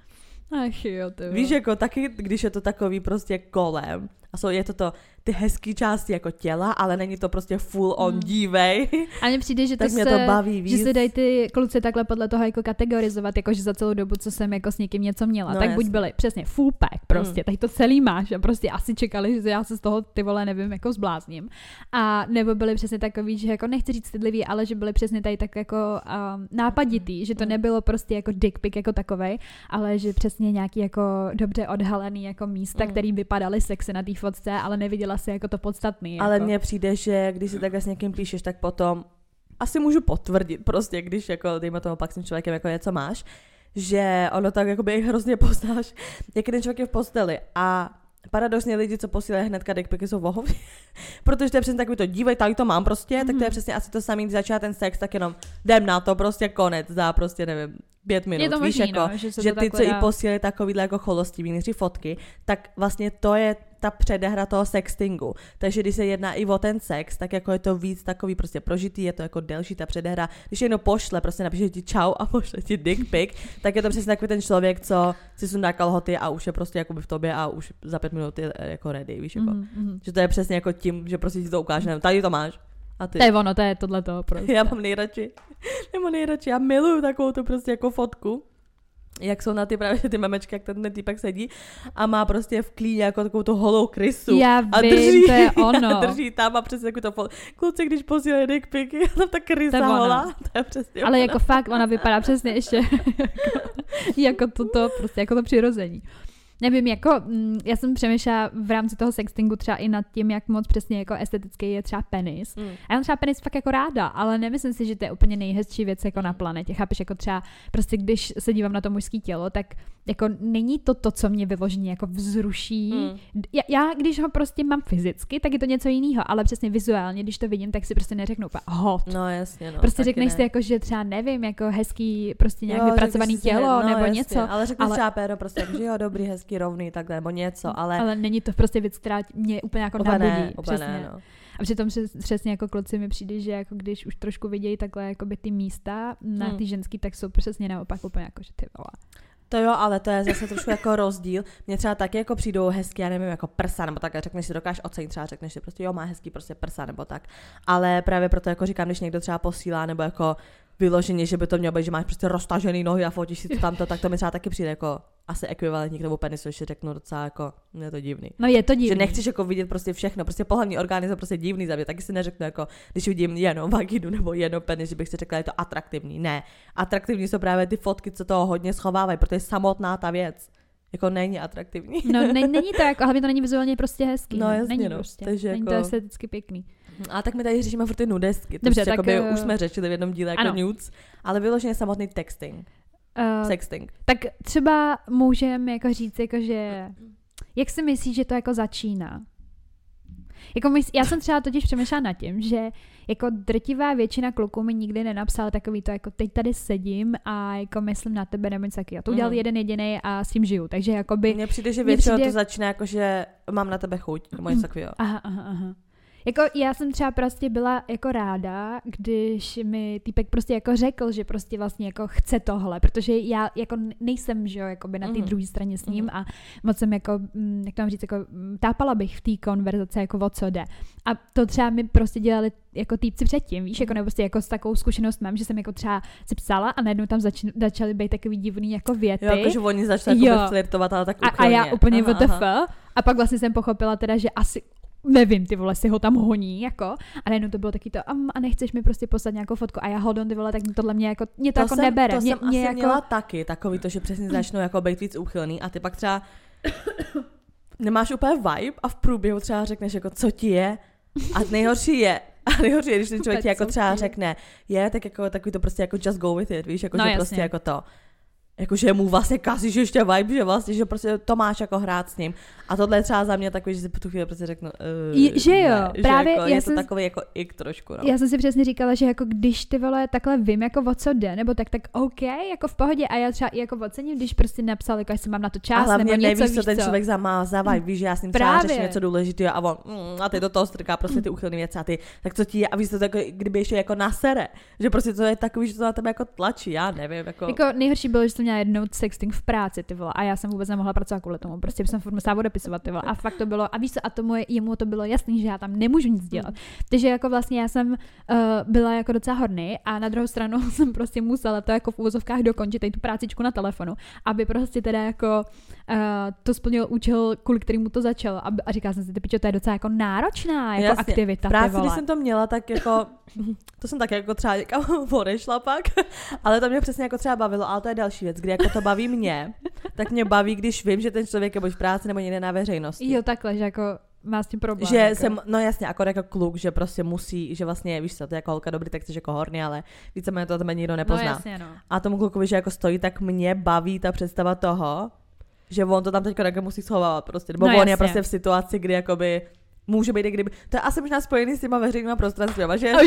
Ach jo, ty víš, jako taky, když je to takový prostě kolem a je to ty hezký části jako těla, ale není to prostě full on dívej. A mně přijde, že tak mě to baví víc. Že se dají ty kluci takhle podle toho jako kategorizovat, jakože za celou dobu, co jsem jako s někým něco měla. No tak jasný. Buď byli přesně full pack prostě, tady to celý máš a prostě asi čekali, že já se z toho ty vole nevím, jako zblázním. A nebo byli přesně takový, že jako nechci říct stydlivý, ale že byli přesně tady tak jako nápaditý, že to nebylo prostě jako dick pic jako takovej, ale že přesně nějaký jako dobře odhalený jako místa, který vypadaly sexy na té fotce, ale neviděla si jako to podstatný. Ale jako. Mně přijde, že když si takhle s někým píšeš, tak potom asi můžu potvrdit prostě, když jako dejme tomu pak s tím člověkem jako něco máš, že ono tak jakoby i hrozně poznáš, jak ten člověk je v posteli a paradoxně lidi, co posílají hnedka dickpiky, jsou vohovní, protože to je přesně takový to, dívej, tady to mám prostě, tak to je přesně asi to samý, když začíná ten sex, tak jenom jdem na to, prostě konec, za prostě nevím, 5 minut, je to víš, možný, jako, no, že ty, co i posílají takovýhle jako cholostivý nejdřív fotky, tak vlastně to je ta předehra toho sextingu. Takže když se jedná i o ten sex, tak jako je to víc takový prostě prožitý, je to jako delší ta předehra. Když jedno pošle, prostě napíše ti čau a pošle ti dick pic, tak je to přesně takový ten člověk, co si sundá kalhoty a už je prostě jakoby v tobě a už za 5 minut je jako ready, víš, jako. Že to je přesně jako tím, že prostě ti to ukáže, nevím, tady to máš. A ty. To je ono, to je tohleto prostě. Já mám nejradši, já miluju takovou tu prostě jako fotku, jak jsou na ty právě ty memečky, jak ten týpek sedí a má prostě v klíně jako takovou tu holou krysu. Já a vím, drží, to je ono. drží tam a přesně jako to kluci, když posílají dick picy, a tam ta krysa holá, to je přesně ale ono. jako fakt, ona vypadá přesně ještě jako toto, prostě jako to přirození. Nevím, jako já jsem přemýšlela v rámci toho sextingu třeba i nad tím, jak moc přesně jako estetický je třeba penis. A já mám třeba penis fakt jako ráda, ale nemyslím si, že to je úplně nejhezčí věc jako na planetě. Chápeš, jako třeba prostě když se dívám na to mužské tělo, tak jako není to, co mě vyloženě jako vzruší. Já když ho prostě mám fyzicky, tak je to něco jiného, ale přesně vizuálně, když to vidím, tak si prostě neřeknu hot. No jasně, no. Prostě řekneš si jako, že třeba nevím, jako hezký prostě nějak vypracovaný tělo nebo jasně, něco. Ale řekneš třeba péro prostě, jako, že jo, dobrý, hezký, rovný, takhle, nebo něco, ale není to prostě věc, která mě úplně jako nabudí. Přesně. Ne, no. A přitom přesně jako kluci mi přijde, že jako když už trošku vidějí takhle jakoby ty místa na ty ženský, tak jsou přesně naopak úplně jako, že ty vole. To jo, ale to je zase trošku jako rozdíl. Mně třeba taky jako přijdou hezký, já nevím, jako prsa, nebo tak, řekneš si, dokážeš ocenit, třeba řekneš si prostě, jo, má hezký prostě prsa, nebo tak. Ale právě proto jako říkám, když někdo třeba posílá, nebo jako vyloženě, že by to mělo být, že máš prostě roztažený nohy a fotíš si to tamto, tak to mi třeba taky přijde jako asi ekvivalentní k tomu penisu, ještě řeknu docela jako, je to divný. No je to divný. Že nechceš jako vidět prostě všechno, prostě pohlavní orgány jsou prostě divný za mě, taky si neřeknu jako, když vidím jenom vaginu nebo jenom penis, že bych si řekla, je to atraktivní. Ne, atraktivní jsou právě ty fotky, co toho hodně schovávají, protože je samotná ta věc. jako není atraktivní. No není to jako, hlavně to není vizuálně prostě hezký. No jasně, není no. prostě. Takže není jako... to esteticky pěkný. A tak my tady řešíme furt ty nudestky. Dobře, tak tak... už jsme řešili v jednom díle jako nudes, ale vyloženě samotný texting. Sexting. Tak třeba můžeme jako říct, jako že jak si myslíš, že to jako začíná? Jako já jsem třeba totiž přemýšlela nad tím, že jako drtivá většina kluků mi nikdy nenapsala takový to, jako teď tady sedím a jako myslím na tebe nebo něco takového. To udělal jeden jedinej a s tím žiju, takže jakoby... Mně přijde, že většinou to začíná jako, že mám na tebe chuť, nebo něco takového. Aha. Jako já jsem třeba prostě byla jako ráda, když mi týpek prostě jako řekl, že prostě vlastně jako chce tohle, protože já jako nejsem, že jo, jakoby na té druhé straně s ním a moc jsem jako, jak to mám říct, jako tápala bych v té konverzaci jako o co jde. A to třeba mi prostě dělali jako týpci předtím, víš, jako nebo prostě jako s takovou zkušenost mám, že jsem jako třeba si psala a najednou tam začaly být takový divný jako věty. Jo, jakože oni začali jako flirtovat, ale tak úplně. A já úplně WTF. A pak vlastně jsem pochopila teda, že asi nevím, ty vole, si ho tam honí, jako. A najednou to bylo taky to, a nechceš mi prostě poslat nějakou fotku. A já hold on, ty vole, tak tohle mě to jako nebere. To jsem asi jako... měla taky, takový to, že přesně začnou jako být víc úchylný a ty pak třeba nemáš úplně vibe a v průběhu třeba řekneš jako, co ti je. A nejhorší je, když ten člověk ti jako třeba řekne, tak jako takový to prostě jako just go with it, víš, jako, no, že jasně. prostě jako to. Jakože mu vlastně kazíš ještě vibe, že vlastně, že prostě to máš jako hrát s ním. A tohle je třeba za mě takový, že si po tu chvíli prostě řeknu, že jo, ne, právě že jako, je to takový jako ik trošku, no. Já jsem si přesně říkala, že jako když ty vole takhle vím, jako o co jde, nebo tak OK, jako v pohodě a já třeba i jako ocením, když prostě napsal, jako jestli mám na to čas, a nebo něco, nevíš, co ten člověk má za vibe, víš, že já s ním třeba řeším něco důležitého a on, a ty do toho strká prostě ty úchylný věci a ty, tak co ti je, a víš to jako, kdyby ještě jako nasere, že prostě to je takový, že to na tebe jako tlačí, já nevím, jako nejhorší bylo, že jsem měla jednou sexting v práci, ty vole, a já jsem vůbec nemohla pracovat kvůli tomu, prostě jsem furt musela odepisovat, ty vole, a fakt to bylo, a víš co, a jemu to bylo jasný, že já tam nemůžu nic dělat. Takže jako vlastně já jsem byla jako docela horný a na druhou stranu jsem prostě musela to jako v uvozovkách dokončit, tady tu prácičku na telefonu, aby prostě teda jako to splnil účel, kvůli kterému to začalo. A říkala jsem si, ty pičo, to je docela jako náročná jako aktivita. Práci, když jsem to měla, tak jako, to jsem tak jako třeba někam odešla pak, ale to mě přesně jako třeba bavilo, ale to je další věc, kdy jako to baví mě, tak mě baví, když vím, že ten člověk je buď v práci nebo někde na veřejnosti. Jo, takhle, že jako má s tím problém. Že jako. jsem, no jasně, jako kluk, že prostě musí, že vlastně, víš co, to je jako holka dobrý, tak jsi jako horný, ale víceméně to tebe nikdo nepozná. No jasně, no. A tomu klukovi, že jako stojí, tak mě baví ta představa toho, že on to tam teďka jako musí schovávat prostě, nebo on je prostě v situaci, kdy jakoby může být, kdyby. To je asi možná spojený s těma veřejnýma prostranstvíma, že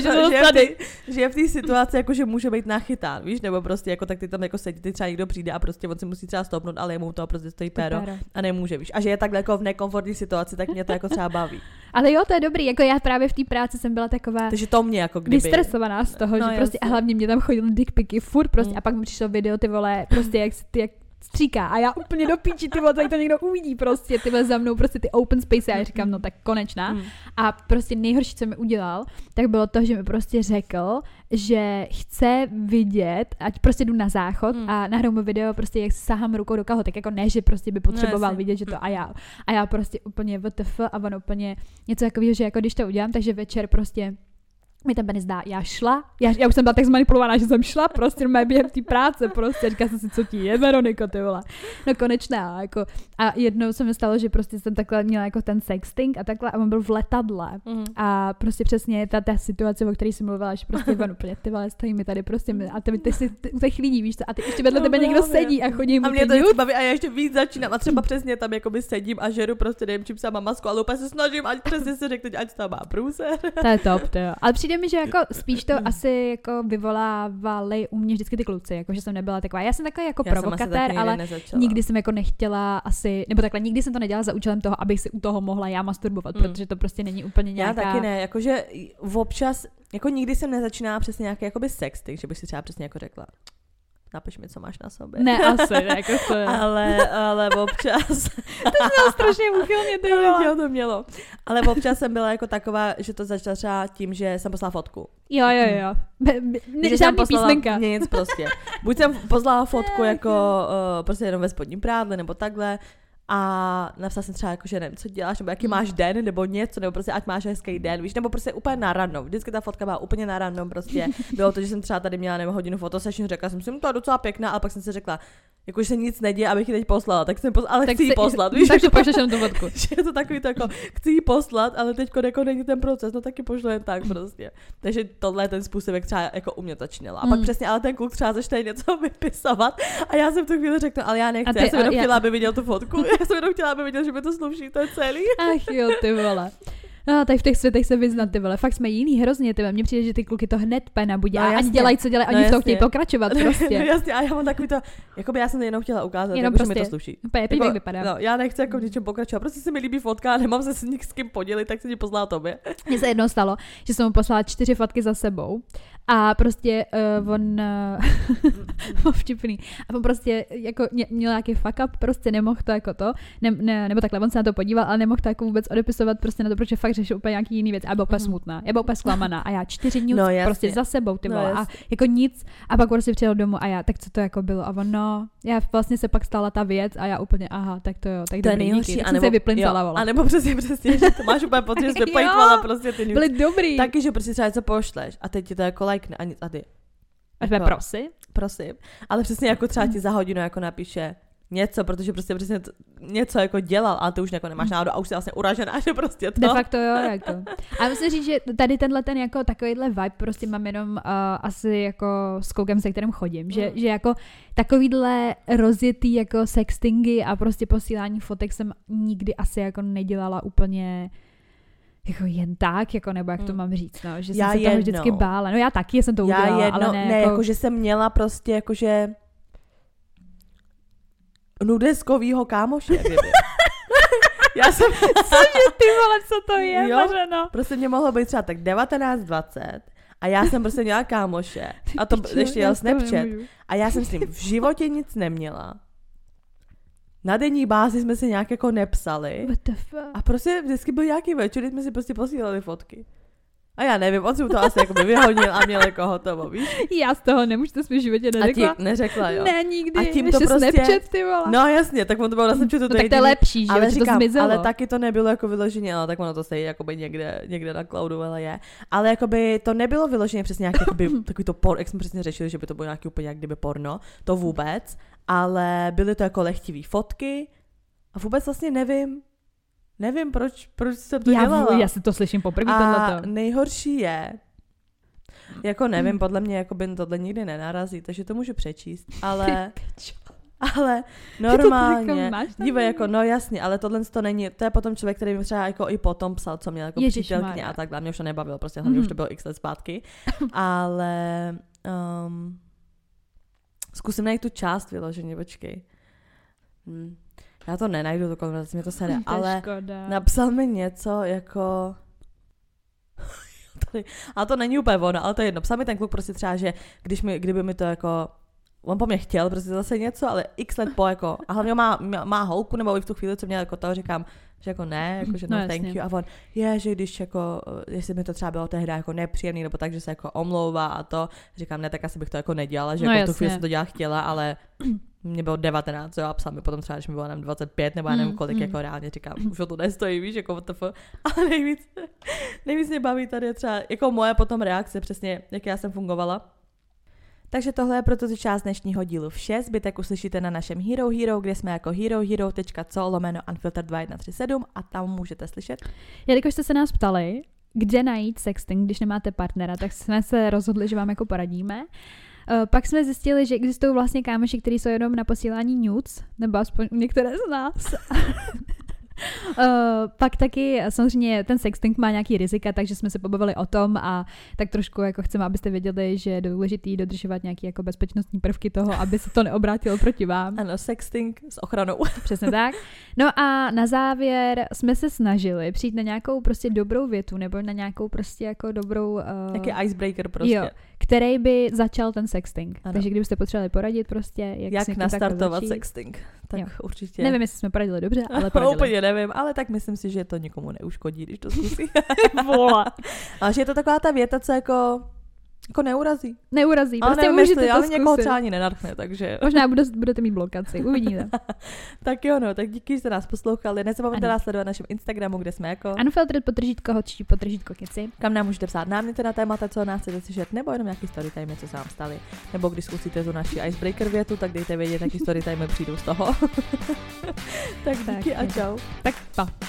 je v té situaci, jako, že může být nachytán, víš, nebo prostě jako tak ty tam jako sedí, ty třeba někdo přijde a prostě on si musí třeba stoupnout, ale jemu to prostě stojí péro a nemůže, víš. A že je takhle jako v nekomfortní situaci, tak mě to jako třeba baví. Ale jo, to je dobrý, jako já právě v té práci jsem byla taková takže to mě jako kdyby vystresovaná z toho, že prostě a hlavně mě tam chodily dickpiky furt prostě a pak mi přišlo video, ty vole, prostě jak stříká a já úplně do píči, ty vole, tady to někdo uvidí prostě, ty vole, za mnou prostě ty open space a já říkám, no tak konečná. A prostě nejhorší, co mi udělal, tak bylo to, že mi prostě řekl, že chce vidět, ať prostě jdu na záchod a nahraju mu video prostě, jak sahám rukou do kalhotek, jako ne, že prostě by potřeboval vidět, že to a já prostě úplně WTF a on úplně něco takového, že jako když to udělám, takže večer prostě mi tam nezdá, já už jsem byla tak zmanipulovaná, že jsem šla prostě během té práce prostě, říká jsem si, co ti je, Veroniko, ty vole. No konečná, jako a jednou se mi stalo, že prostě jsem takhle měla jako ten sexting a takhle a on byl v letadle a prostě přesně ta situace, o které jsem mluvila, že prostě on úplně, ty vole, stojí mi tady prostě a ty si u těch lidí, víš co, a ty ještě vedle tebe někdo sedí a chodí mu a mě to vždycky baví a já ještě víc začínám a třeba přesně tam jakoby sedím a žeru prostě nevím, čím sama masku, ale úplně se snažím, ať přesně si řekne, ať tam má průser. To je top, to jo. Ale přijde mi, že jako spíš to asi jako vyvolávali u mě vždycky ty kluci, jako že jsem nebyla taková. Já jsem takový jako provokatér, ale nikdy jsem jako nechtěla asi, nebo takhle, nikdy jsem to nedělala za účelem toho, abych si u toho mohla já masturbovat, protože to prostě není úplně nějaká. Já taky ne, jakože občas, jako nikdy jsem nezačínala přesně nějaký jakoby sexting, že bych si třeba přesně jako řekla, napiš mi, co máš na sobě. Ne, asi, ne, jako to je. ale občas. To bylo strašně úchylně, ty jo, to mělo. Ale občas jsem byla jako taková, že to začala třeba tím, že jsem poslala fotku. Jo. Žádný písmenka. Nic prostě. Buď jsem poslala fotku jako prostě jenom ve spodním prádle, nebo takhle. A napsala jsem třeba jako, že nevím, co děláš, nebo jaký máš den, nebo něco, nebo prostě ať máš hezký den, víš, nebo prostě úplně na random. Vždycky ta fotka byla úplně na random, prostě bylo to, že jsem třeba tady měla nevím, hodinu fotosession, řekla jsem si, to je docela pěkná, ale pak jsem si řekla, jakože se nic neděje, abych ji teď poslala, tak jsem ale tak chci ji poslat, víš? Takže jako, pošleš jenom tu fotku. Že je to takový to jako, chci ji poslat, ale teď jako není ten proces, no taky pošlu jen tak prostě. Takže tohle je ten způsob, jak třeba jako u mě to činila. A pak přesně, ale ten kluk třeba začne něco vypisovat a já jsem v tu chvíli řekla, ale já nechci, já jsem jenom chtěla, aby viděl tu fotku, já jsem jenom chtěla, aby viděl, že mi to sluší, to je celý. Ach jo, ty vole. No, tady v těch světech se vyznat, ty vole. Fakt jsme jiný hrozně, ty vole. Mně přijde, že ty kluky to hned nabudí. A ani dělají, co dělají, oni v tom chtějí pokračovat prostě. No jasně, a já mám takový to, jakoby já jsem jenom chtěla ukázat, jenom jako, prostě, že mi to sluší. Jako, jak vypadá. No, já nechci jako v něčem pokračovat, prostě se mi líbí fotka a nemám se s nikým podělit, tak se ti poslala tobě. Mně se jednou stalo, že jsem mu poslala 4 fotky za sebou. A prostě on vtipný. A on prostě jako měl nějaký fuck up, prostě nemohl to jako to, nebo takhle, on se na to podíval, ale nemohl to jako vůbec odepisovat prostě na to, protože fakt řešil úplně nějaký jiný věc. A byla úplně smutná. Já byla úplně zklamaná. A já 4 dní prostě za sebou, ty vole. A jako nic. A pak prostě přijel domů a já, tak co to jako bylo? A on, no, já vlastně se pak stala ta věc a já úplně, aha, tak to jo, tak to dobrý, díky. Tak jsem se vyplincala, vole. A nebo přesně, že to máš úplně pocit, že jsi vyplejtvala prostě ty byly dobrý. Taky, že prostě třeba něco pošleš a teď ti to jako lajkne a nic a ty. Jako, prosím. Ale přesně jako třeba ti za hodinu jako napíše něco, protože prostě přesně něco jako dělal, ale ty už jako nemáš náhodou a už jsi vlastně uražená, že prostě to. De facto jo, jako. A musím říct, že tady tenhle ten jako takovýhle vibe prostě mám jenom asi jako s koukem, se kterým chodím, že jako takovýhle rozjetý jako sextingy a prostě posílání fotek jsem nikdy asi jako nedělala úplně jako jen tak, jako nebo jak to mám říct, no, že jsem se toho vždycky bála. No já taky jsem to udělala, ale ne jako že jsem měla prostě jakože nudeskovýho kámoše, kdyby. Já jsem... Cože ty vole, co to je, Mařeno? Prostě mě mohlo být třeba tak 19-20 a já jsem prostě měla kámoše a to ještě jel Snapchat a já jsem s ním v životě nic neměla. Na denní bázi jsme si nějak jako nepsali. A prostě vždycky byl nějaký večer, kdy jsme si prostě posílali fotky. A já nevím, on si to asi jako vyhodil a měl jako hotovo, víš? Já z toho nemůžu, to jsi v životě neřekla. A ti neřekla, jo. Ne, nikdy. A tím to prostě... Snapchat, ty vole. No jasně, tak on to bylo na Snapchatu. No tak to je lepší, že ale říkám, to zmizelo. Ale taky to nebylo jako vyloženě, ale tak ono to stejně jakoby někde na cloudu, ale je. Ale jakoby to nebylo vyloženě přesně nějaký jakoby, takový to porno, jak jsme přesně řešili, že by to bylo nějaký úplně jak kdyby porno, to vůbec, ale byly to jako lehtivý fotky a vůbec vlastně nevím, proč jsem to dělala. Já si to slyším poprvé tohleto. A nejhorší je, jako nevím, podle mě jako by tohle nikdy nenarazí, takže to můžu přečíst, ale normálně, dívej, jako no jasně, ale tohle to není, to je potom člověk, který mi třeba jako i potom psal, co měl jako přítelkyně a takhle, mě už to nebavilo, prostě hlavně už to bylo x let zpátky, ale zkusím najít tu část vyloženě, počkej. Já to nenajdu, to konverzaci, mě to sere, ale napsal mi něco jako... ale to není úplně ono, ale to je jedno. Psal mi ten kluk prostě třeba, že kdyby mi to jako... On po mně chtěl prostě zase něco, ale x let po jako... A hlavně má holku, nebo i v tu chvíli, co měl jako to, říkám, že jako ne, jako že no thank you. A on že když jako, jestli mi to třeba bylo tehdy jako nepříjemný, nebo tak, že se jako omlouvá a to, říkám ne, tak asi bych to jako nedělala, že jako v tu chvíli jsem to dělat chtěla, ale mě bylo 19, jo, a psal mi potom třeba, když mi bylo 25, nebo já nevím kolik, jako reálně říkám, už o to nestojí, víš, jako WTF, ale nejvíc mě baví tady třeba, jako moje potom reakce, přesně, jak já jsem fungovala. Takže tohle je proto část dnešního dílu vše. Zbytek uslyšíte na našem Hero, kde jsme jako herohero.co/unfiltered2137 a tam můžete slyšet. Jelikož jste se nás ptali, kde najít sexting, když nemáte partnera, tak jsme se rozhodli, že vám jako poradíme. Pak jsme zjistili, že existují vlastně kámoši, kteří jsou jenom na posílání nudes, nebo aspoň některé z nás. Pak taky samozřejmě ten sexting má nějaký rizika, takže jsme se pobavili o tom a tak trošku jako chceme, abyste věděli, že je důležitý dodržovat nějaké jako bezpečnostní prvky toho, aby se to neobrátilo proti vám. Ano, sexting s ochranou. Přesně tak. No a na závěr jsme se snažili přijít na nějakou prostě dobrou větu nebo na nějakou prostě jako dobrou... Jaký icebreaker prostě. Jo, který by začal ten sexting. Ano. Takže kdybyste potřebovali poradit prostě, jak nastartovat sexting, tak jo. Určitě. Nevím, jestli jsme poradili dobře, ale poradili. Úplně nevím, ale tak myslím si, že to nikomu neuškodí, když to zkusí. A že je to taková ta věta, co jako Jako neurazí. Neurazí, ale prostě nevím, můžete to ale zkusit. někoho třeba ani nenadchne, takže... Možná budete mít blokaci, uvidíte. Tak jo, no, tak díky, že jste nás poslouchali. Nezapomeňte nás sledovat na našem Instagramu, kde jsme jako... Unfiltered _hotčí _keci. Kam nám můžete psát náměty na témata, co nás chcete slyšet, nebo jenom nějaký storytime, co se vám staly. Nebo když zkusíte tu naši icebreaker větu, tak dejte vědět, jaký storytime přijdou z toho. Tak díky a čau. Tak pa.